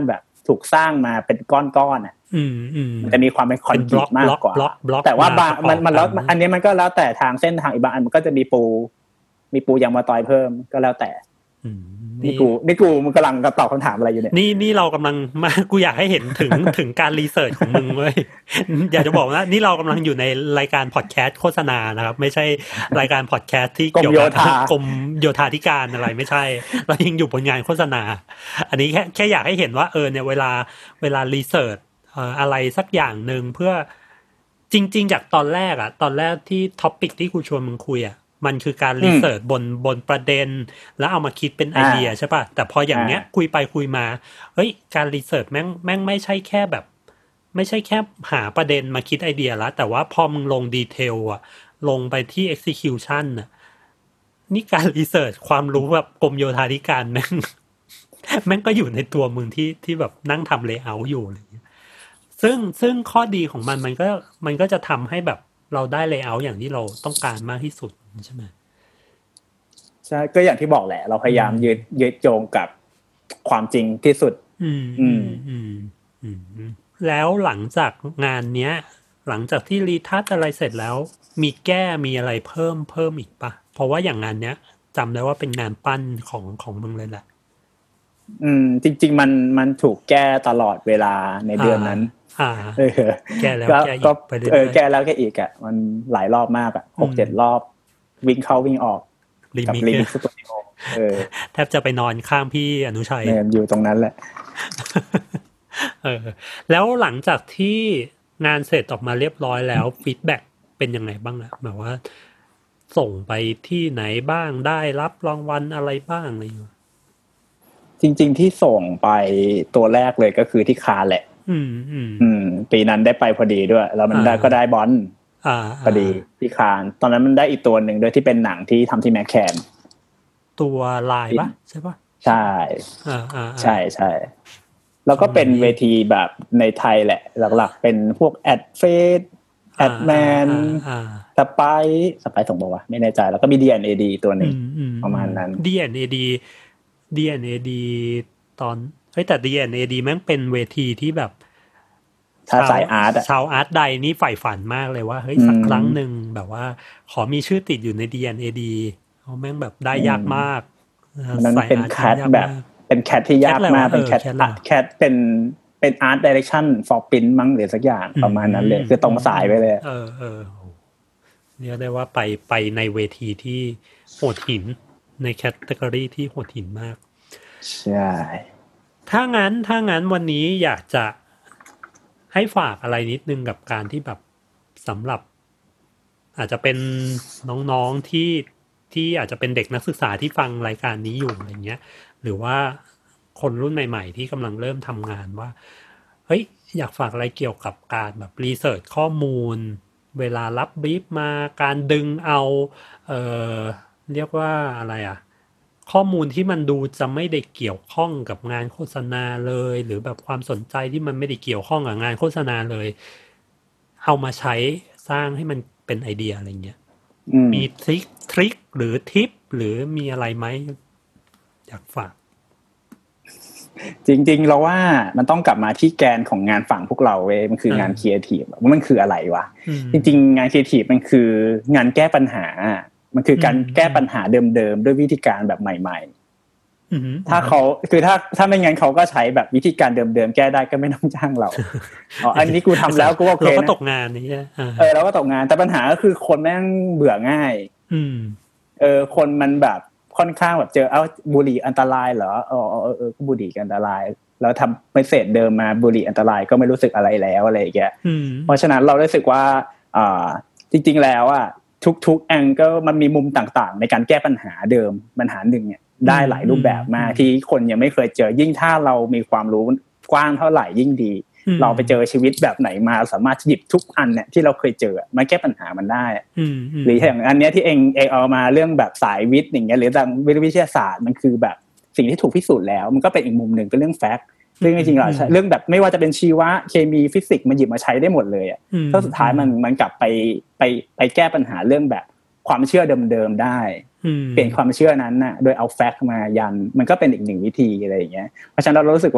ถูกสร้างมาเป็นก้อนๆอ่ะอืมอืมมันจะมีความเป็นคอนกรีตมากกว่าแต่ว่าบางมันมันแล้วอันนี้มันก็แล้วแต่ทางเส้นทางอีกบางอันมันก็จะมีปูมีปูยางมะตอยเพิ่มก็แล้วแต่นี่กูนี่กูมึงกำลังตอบคำถามอะไรอยู่เนี่ยนี่นี่เรากำลังมากูอยากให้เห็นถึงถึงการรีเสิร์ชของมึงเว้ยอยากจะบอกว่านี่เรากำลังอยู่ในรายการพอดแคสต์โฆษณานะครับไม่ใช่รายการพอดแคสต์ที่เกี่ยวกับกรมโยธาธิการอะไรไม่ใช่เรายังอยู่บนงานโฆษณาอันนี้แค่แค่อยากให้เห็นว่าเออเนี่ยเวลาเวลารีเสิร์ชเอ่ออะไรสักอย่างนึงเพื่อจริงๆจากตอนแรกอ่ะตอนแรกที่ท็อปิกที่กูชวนมึงคุยอ่ะมันคือการรีเสิร์ชบนบนประเด็นแล้วเอามาคิดเป็นไอเดียใช่ป่ะแต่พออย่างเงี้ยคุยไปคุยมาเฮ้ยการรีเสิร์ชแม่งแม่งไม่ใช่แค่แบบไม่ใช่แค่หาประเด็นมาคิดไอเดียแล้วแต่ว่าพอมึงลงดีเทลอ่ะลงไปที่ execution น่ะนี่การรีเสิร์ชความรู้แบบกรมโยธาธิการแม่งแม่งก็อยู่ในตัวมึงที่ที่แบบนั่งทำเลเยอร์อยู่อะไรอย่างเงี้ยซึ่งซึ่งข้อดีของมันมันก็มันก็จะทำให้แบบเราได้เลเยอร์อย่างที่เราต้องการมากที่สุดใช่ไหมใช่ก็อย่างที่บอกแหละเราพยายามยึดยึดโยงกับความจริงที่สุดอืมอืมอืมอืมแล้วหลังจากงานเนี้ยหลังจากที่รีทัชอะไรเสร็จแล้วมีแก้มีอะไรเพิ่มเพิ่มอีกปะเพราะว่าอย่างงานเนี้ยจำได้ว่าเป็นงานปั้นของของมึงเลยแหละอืมจริงๆมันมันถูกแก้ตลอดเวลาในเดือนนั้นอ่าเออแก้แล้วแก้อีกไปเรื่อยๆเออแก้แล้วแก้อีกอ่ะมันหลายรอบมากอ่ะ หกเจ็ด รอบวิ่งเข้าวิ่งออกกับรีมิกซ์สตูดิโอเออแทบจะไปนอนข้างพี่อนุชัยเนี่ยอยู่ตรงนั้นแหละเออแล้วหลังจากที่งานเสร็จออกมาเรียบร้อยแล้วฟีดแบ็กเป็นยังไงบ้างอะแบบว่าส่งไปที่ไหนบ้างได้รับรางวัลอะไรบ้างอะไรอย่างเงี้ยจริงๆที่ส่งไปตัวแรกเลยก็คือที่คาแหละอืมอืมอืมปีนั้นได้ไปพอดีด้วยแล้วมันได้ก็ได้บอลอ่าพอดีที่คานตอนนั้นมันได้อีกตัวหนึ่งด้วยที่เป็นหนังที่ทำที่แมคแคนตัวลายปะใช่ปะใช่อ่าอ่าใช่ใช่แล้วก็เป็นเวทีแบบในไทยแหละหลักๆเป็นพวกแอดเฟสแอดแมนสไปสไปส่งบอกว่าไม่แน่ใจแล้วก็มี ดี แอนด์ เอ ดี ตัวหนึ่งประมาณนั้นดี แอนด์ เอ ดี ดี แอนด์ เอ ดี ตอนเฮ้ยแต่ ดี แอนด์ เอ ดี แม่งเป็นเวทีที่แบบถ้าสายอาร์ตชาวอาร์ตใดนี่ใฝ่ฝันมากเลยว่าเฮ้ยสักครั้งนึงแบบว่าขอมีชื่อติดอยู่ใน ดี แอนด์ เอ ดี เพราะแม่งแบบได้ยากมากมันเป็นแคทแบบเป็นแคทที่ยากมากเป็นแคทแคทเป็นเป็นอาร์ตไดเรคชั่นฟอร์ปินมั้งหรือสักอย่างประมาณนั้นเลยคือตรงสายไปเลยเออเออเรียกได้ว่าไปไปในเวทีที่โหดหินในแคตตากรีที่โหดหินมากใช่ถ้างั้นถ้างั้นวันนี้อยากจะให้ฝากอะไรนิดนึงกับการที่แบบสำหรับอาจจะเป็นน้องๆที่ที่อาจจะเป็นเด็กนักศึกษาที่ฟังรายการนี้อยู่อะไรเงี้ยหรือว่าคนรุ่นใหม่ๆที่กำลังเริ่มทำงานว่าเฮ้ยอยากฝากอะไรเกี่ยวกับการแบบรีเสิร์ชข้อมูลเวลารับบรีฟมาการดึงเอาเอ่อเรียกว่าอะไรอ่ะข้อมูลที่มันดูจะไม่ได้เกี่ยวข้องกับงานโฆษณาเลยหรือแบบความสนใจที่มันไม่ได้เกี่ยวข้องกับงานโฆษณาเลยเอามาใช้สร้างให้มันเป็นไอเดียอะไรเงี้ยมีทริคทริคหรือทิปหรือมีอะไรไหมอยากฝากจริงๆเราว่ามันต้องกลับมาที่แกนของงานฝั่งพวกเราเว้ยมันคืองานครีเอทีฟว่ามันคืออะไรวะจริงๆงานครีเอทีฟมันคืองานแก้ปัญหามันคือการแก้ปัญหาเดิมๆด้วยวิธีการแบบใหม่ๆถ้าเขาคือถ้าถ้าไม่งั้นเขาก็ใช้แบบวิธีการเดิมๆแก้ได้ก็ไม่ต้องจ้างเราอ๋ออันนี้กูทำแล้วกูโอเคนะเราก็ตกงานนี่เออเราก็ตกงานแต่ปัญหาก็คือคนแม่งเบื่อง่ายเออคนมันแบบค่อนข้างแบบเจอเอ้าบุหรี่อันตรายเหรออ๋อเออเออบุหรี่อันตรายแล้วทำไม่เสร็จเดิมมาบุหรี่อันตรายก็ไม่รู้สึกอะไรแล้วอะไรอย่างเงี้ยเพราะฉะนั้นเรารู้สึกว่าอ่าจริงๆแล้วอ่ะทุกๆแองเกิลมันมีมุมต่างๆในการแก้ปัญหาเดิมปัญหาหนึ่งเนี่ยได้หลายรูปแบบมากที่คนยังไม่เคยเจอยิ่งถ้าเรามีความรู้กว้างเท่าไหร่ยิ่งดีเราไปเจอชีวิตแบบไหนมาสามารถหยิบทุกอันเนี่ยที่เราเคยเจอมาแก้ปัญหามันได้หรืออย่างอันเนี้ยที่เองเองเอามาเรื่องแบบสายวิทย์อย่างเงี้ยหรือทางวิทยาศาสตร์มันคือแบบสิ่งที่ถูกพิสูจน์แล้วมันก็เป็นอีกมุมนึงเป็นเรื่องแฟกต์ซึ่งจริงๆแล้วเรื่องแบบไม่ว่าจะเป็นชีวะเคมีฟิสิกส์มันหยิบมาใช้ได้หมดเลยอ่ะแล้วสุดท้ายมันมันกลับไปไปไปแก้ปัญหาเรื่องแบบความเชื่อเดิมๆได้เปลี่ยนความเชื่อนั้นน่ะโดยเอาแฟกต์มายันมันก็เป็นอีกหนึ่งวิธีอะไรอย่างเงี้ยเพราะฉะนั้นเรารู้สึกว่า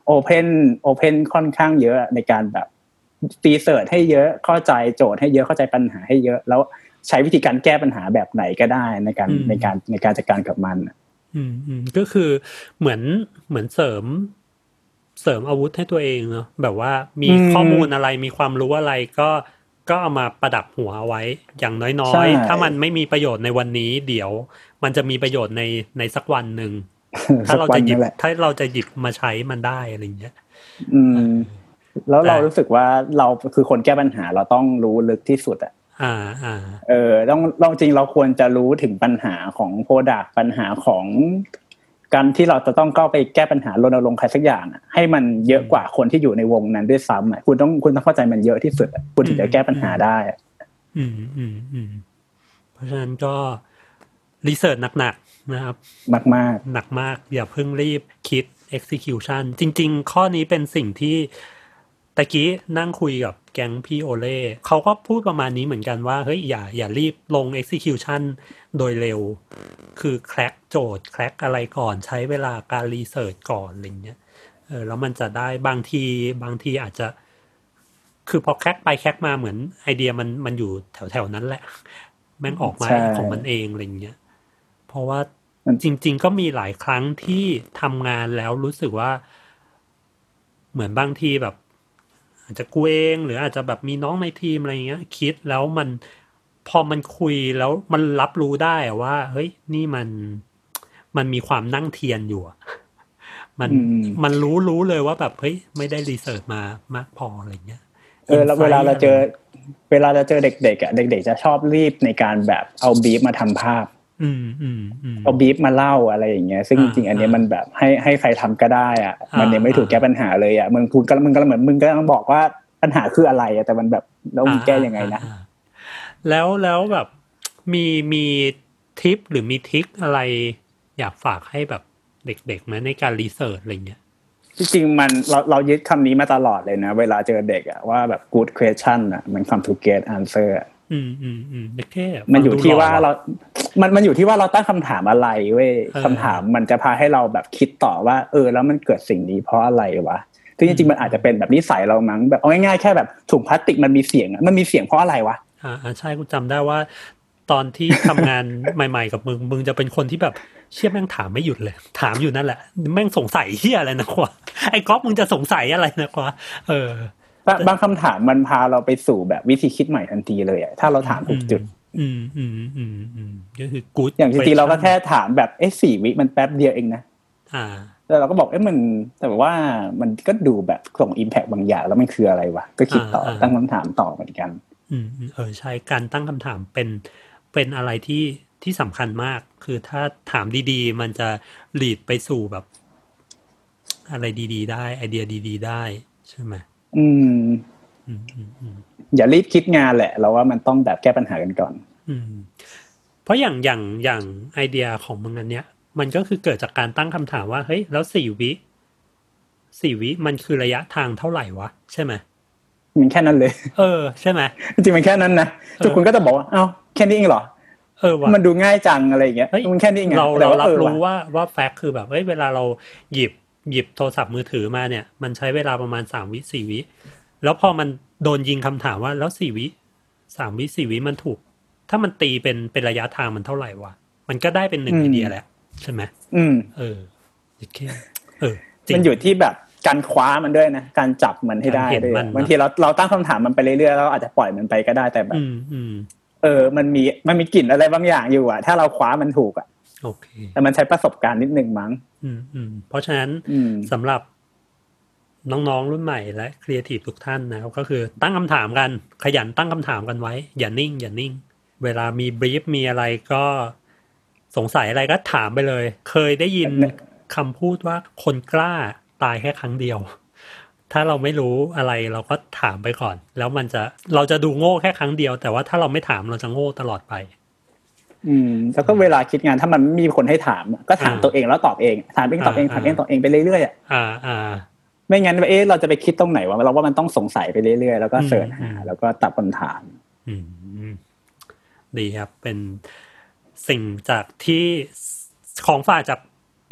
โอเพนโอเพนค่อนข้างเยอะในการแบบรีเสิร์ชให้เยอะเข้าใจโจทย์ให้เยอะเข้าใจปัญหาให้เยอะแล้วใช้วิธีการแก้ปัญหาแบบไหนก็ได้ในการในการในการจัดการกับมันอืมอืมก็คือเหมือนเหมือนเสริมเสริมอาวุธให้ตัวเองเนาะแบบว่ามีข้อมูลอะไรมีความรู้อะไรก็ก็เอามาประดับหัวเอาไว้อย่างน้อยๆถ้ามันไม่มีประโยชน์ในวันนี้เดี๋ยวมันจะมีประโยชน์ในในสักวันนึงถ้าเราจะหยิบถ้าเราจะหยิบมาใช้มันได้อะไรอย่างเงี้ยอืมแล้วเรารู้สึกว่าเราคือคนแก้ปัญหาเราต้องรู้ลึกที่สุดอ่ะอ่าอ่าเออต้องเราจริงเราควรจะรู้ถึงปัญหาของโปรดักต์ปัญหาของการที่เราจะต้องเข้าไปแก้ปัญหารณรงค์ใครสักอย่างอ่ะให้มันเยอะกว่าคนที่อยู่ในวงนั้นด้วยซ้ำอ่ะคุณต้องคุณต้องเข้าใจมันเยอะที่สุดอ่ะคุณถึงจะแก้ปัญหาได้อืมอืมอืมเพราะฉะนั้นก็รีเสิร์ชหนักๆนะครับมากมากหนักมากอย่าเพิ่งรีบคิด execution จริงๆข้อนี้เป็นสิ่งที่ตะกี้นั่งคุยกับแก๊งพี่โอเล่เขาก็พูดประมาณนี้เหมือนกันว่าเฮ้ยอย่าอย่ารีบลง execution โดยเร็วคือแคร็กโจทย์แคร็กอะไรก่อนใช้เวลาการรีเสิร์ชก่อนอะไรเงี้ยเออแล้วมันจะได้บางทีบางทีอาจจะคือพอแคร็กไปแคร็กมาเหมือนไอเดียมันมันอยู่แถวแถวนั้นแหละแม่งออกมาของมันเองอะไรเงี้ยเพราะว่าจริงๆก็มีหลายครั้งที่ทำงานแล้วรู้สึกว่าเหมือนบางทีแบบอาจจะกูเองหรืออาจจะแบบมีน้องในทีมอะไรเงี้ยคิดแล้วมันพอมันคุยแล้วมันรับรู้ได้ว่าเฮ้ยนี่มันมันมีความนั่งเทียนอยู่มันมันรู้รู้เลยว่าแบบเฮ้ยไม่ได้รีเสิร์ชมามากพออะไรเงี้ยเออแล้วเวลาเราเจอเวลาเราเจอเด็กๆอ่ะเด็กๆจะชอบรีบในการแบบเอาบีฟมาทำภาพอืมอืมอืมเอาบีฟมาเล่าอะไรอย่างเงี้ยซึ่งจริงๆอันนี้มันแบบให้ให้ใครทำก็ได้อ่ะมันยังไม่ถูกแก้ปัญหาเลยอ่ะมึงคุณก็มึงก็เหมือนมึงก็ต้องบอกว่าปัญหาคืออะไรอ่ะแต่มันแบบแล้วมึงแก้ยังไงนะแล้วแล้วแบบมีมีทิปหรือมีทริคอะไรอยากฝากให้แบบเด็กๆมั้ยในการรีเสิร์ชอะไรเงี้ยจริงๆมันเราเรายึดคำนี้มาตลอดเลยนะเวลาเจอเด็กอ่ะว่าแบบ good question อ่ะมัน come to get answer อืมอืมอืมแค่มันอยู่ที่ว่าเรามันมันอยู่ที่ว่าเราตั้งคำถามอะไรเว้ยคำถามมันจะพาให้เราแบบคิดต่อว่าเออแล้วมันเกิดสิ่งนี้เพราะอะไรวะซึ่งจริงๆมันอาจจะเป็นแบบนิสัยเรามั้งแบบเอาง่ายๆแค่แบบถุงพลาสติกมันมีเสียงมันมีเสียงเพราะอะไรวะอ่าใช่กูจำได้ว่าตอนที่ทำงานใหม่ๆกับมึงมึงจะเป็นคนที่แบบเชี่ยแม่งถามไม่หยุดเลยถามอยู่นั่นแหละแม่งสงสัยเหี้ยอะไรนะวะไอ้ก๊อฟมึงจะสงสัยอะไรนะวะเออบางคำถามมันพาเราไปสู่แบบวิธีคิดใหม่ทันทีเลยอ่ะถ้าเราถามถูกจุดอืมอืมอืมอืมก็คือกู๊ดอย่างจริงๆเราก็แค่ถามแบบเอ๊ะสี่วิมันแป๊บเดียวเองนะอ่าแล้วเราก็บอกเอ๊ะมันแต่ว่ามันก็ดูแบบส่ง impact บางอย่างแล้วมันคืออะไรวะก็คิดต่อตั้งคำถามต่อเหมือนกันอืมเออใช่การตั้งคำถามเป็นเป็นอะไรที่ที่สำคัญมากคือถ้าถามดีๆมันจะลีดไปสู่แบบอะไรดีๆได้ไอเดียดีๆได้ใช่ไหมอืมอืมอืมอืมอย่ารีบคิดงานแหละเราว่ามันต้องแบบแก้ปัญหากันก่อนอืมเพราะอย่างอย่างอย่างไอเดียของมึงอันเนี้ยมันก็คือเกิดจากการตั้งคำถามว่าเฮ้ยแล้วสี่วิสี่วิมันคือระยะทางเท่าไหร่วะใช่ไหมมันแค่นั้นเลยเออใช่ไหมจริงๆมันแค่นั้นนะทุกคนก็จะบอกว่าเอ้าแค่นี้เองเหรอเออว่ะมันดูง่ายจังอะไรอย่างเงี้ยมันแค่นี้เองเราเรารับรู้ว่าว่าแฟกต์คือแบบเฮ้ยเวลาเราหยิบหยิบโทรศัพท์มือถือมาเนี่ยมันใช้เวลาประมาณสามวิสี่วิแล้วพอมันโดนยิงคำถามว่าแล้วสี่วิสามวิสี่วิมันถูกถ้ามันตีเป็นเป็นระยะทางมันเท่าไหร่วะมันก็ได้เป็นหนึ่งไอเดียแล้วใช่ไหมอืมเออโอเคเออมันอยู่ที่แบบการคว้ามันด้วยนะการจับมันให้ได้ด้วยบางทีเราเราตั้งคำถามมันไปเรื่อยๆแล้วอาจจะปล่อยมันไปก็ได้แต่แบบเออมันมีมันมีกลิ่นอะไรบางอย่างอยู่อ่ะถ้าเราคว้ามันถูกอ่ะโอเคแต่มันใช้ประสบการณ์นิดนึงมั้งอืมอืมเพราะฉะนั้นสำหรับน้องๆรุ่นใหม่และครีเอทีฟทุกท่านนะครับก็คือตั้งคำถามกันขยันตั้งคำถามกันไว้อย่านิ่งอย่านิ่งเวลามีบรีฟมีอะไรก็สงสัยอะไรก็ถามไปเลยเคยได้ยินคำพูดว่าคนกล้าตายแค่ครั้งเดียวถ้าเราไม่รู้อะไรเราก็ถามไปก่อนแล้วมันจะเราจะดูโง่แค่ครั้งเดียวแต่ว่าถ้าเราไม่ถามเราจะโง่ตลอดไปอืมแล้วก็เวลาคิดงานถ้ามันไม่มีคนให้ถามก็ถามตัวเองแล้วตอบเองถามเองตอบเองถามเองตอบเองไปเรื่อยๆอ่ะอ่าอ่าไม่งั้นเอ๊ะเราจะไปคิดตรงไหนวะเราว่ามันต้องสงสัยไปเรื่อยๆแล้วก็เสิร์ชหาแล้วก็ตอบคำถามอืมดีครับเป็นสิ่งจากที่ของฝ่ายจาก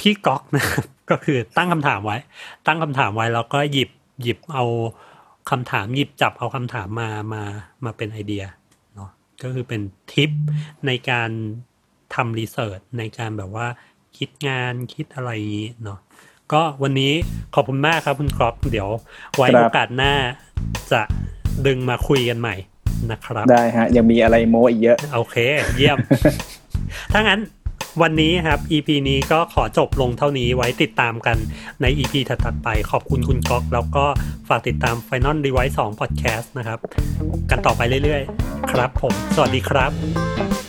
พี่ก๊อกนะก็คือตั้งคำถามไว้ตั้งคำถามไว้แล้วก็หยิบหยิบเอาคำถามหยิบจับเอาคำถามมามามาเป็นไอเดียเนาะก็คือเป็นทิปในการทำรีเสิร์ชในการแบบว่าคิดงานคิดอะไรอย่างนี้เนาะก็วันนี้ขอบคุณมากครับคุณก๊อกเดี๋ยวไว้โอกาสหน้าจะดึงมาคุยกันใหม่นะครับได้ฮะยังมีอะไรโมอีกเยอะโอเคเยี่ยม ถ้างั้นวันนี้ครับ อี พี นี้ก็ขอจบลงเท่านี้ไว้ติดตามกันใน อี พี ถัดๆไปขอบคุณคุณก๊อกแล้วก็ฝากติดตาม Final Device สอง Podcast นะครับกันต่อไปเรื่อยๆครับผมสวัสดีครับ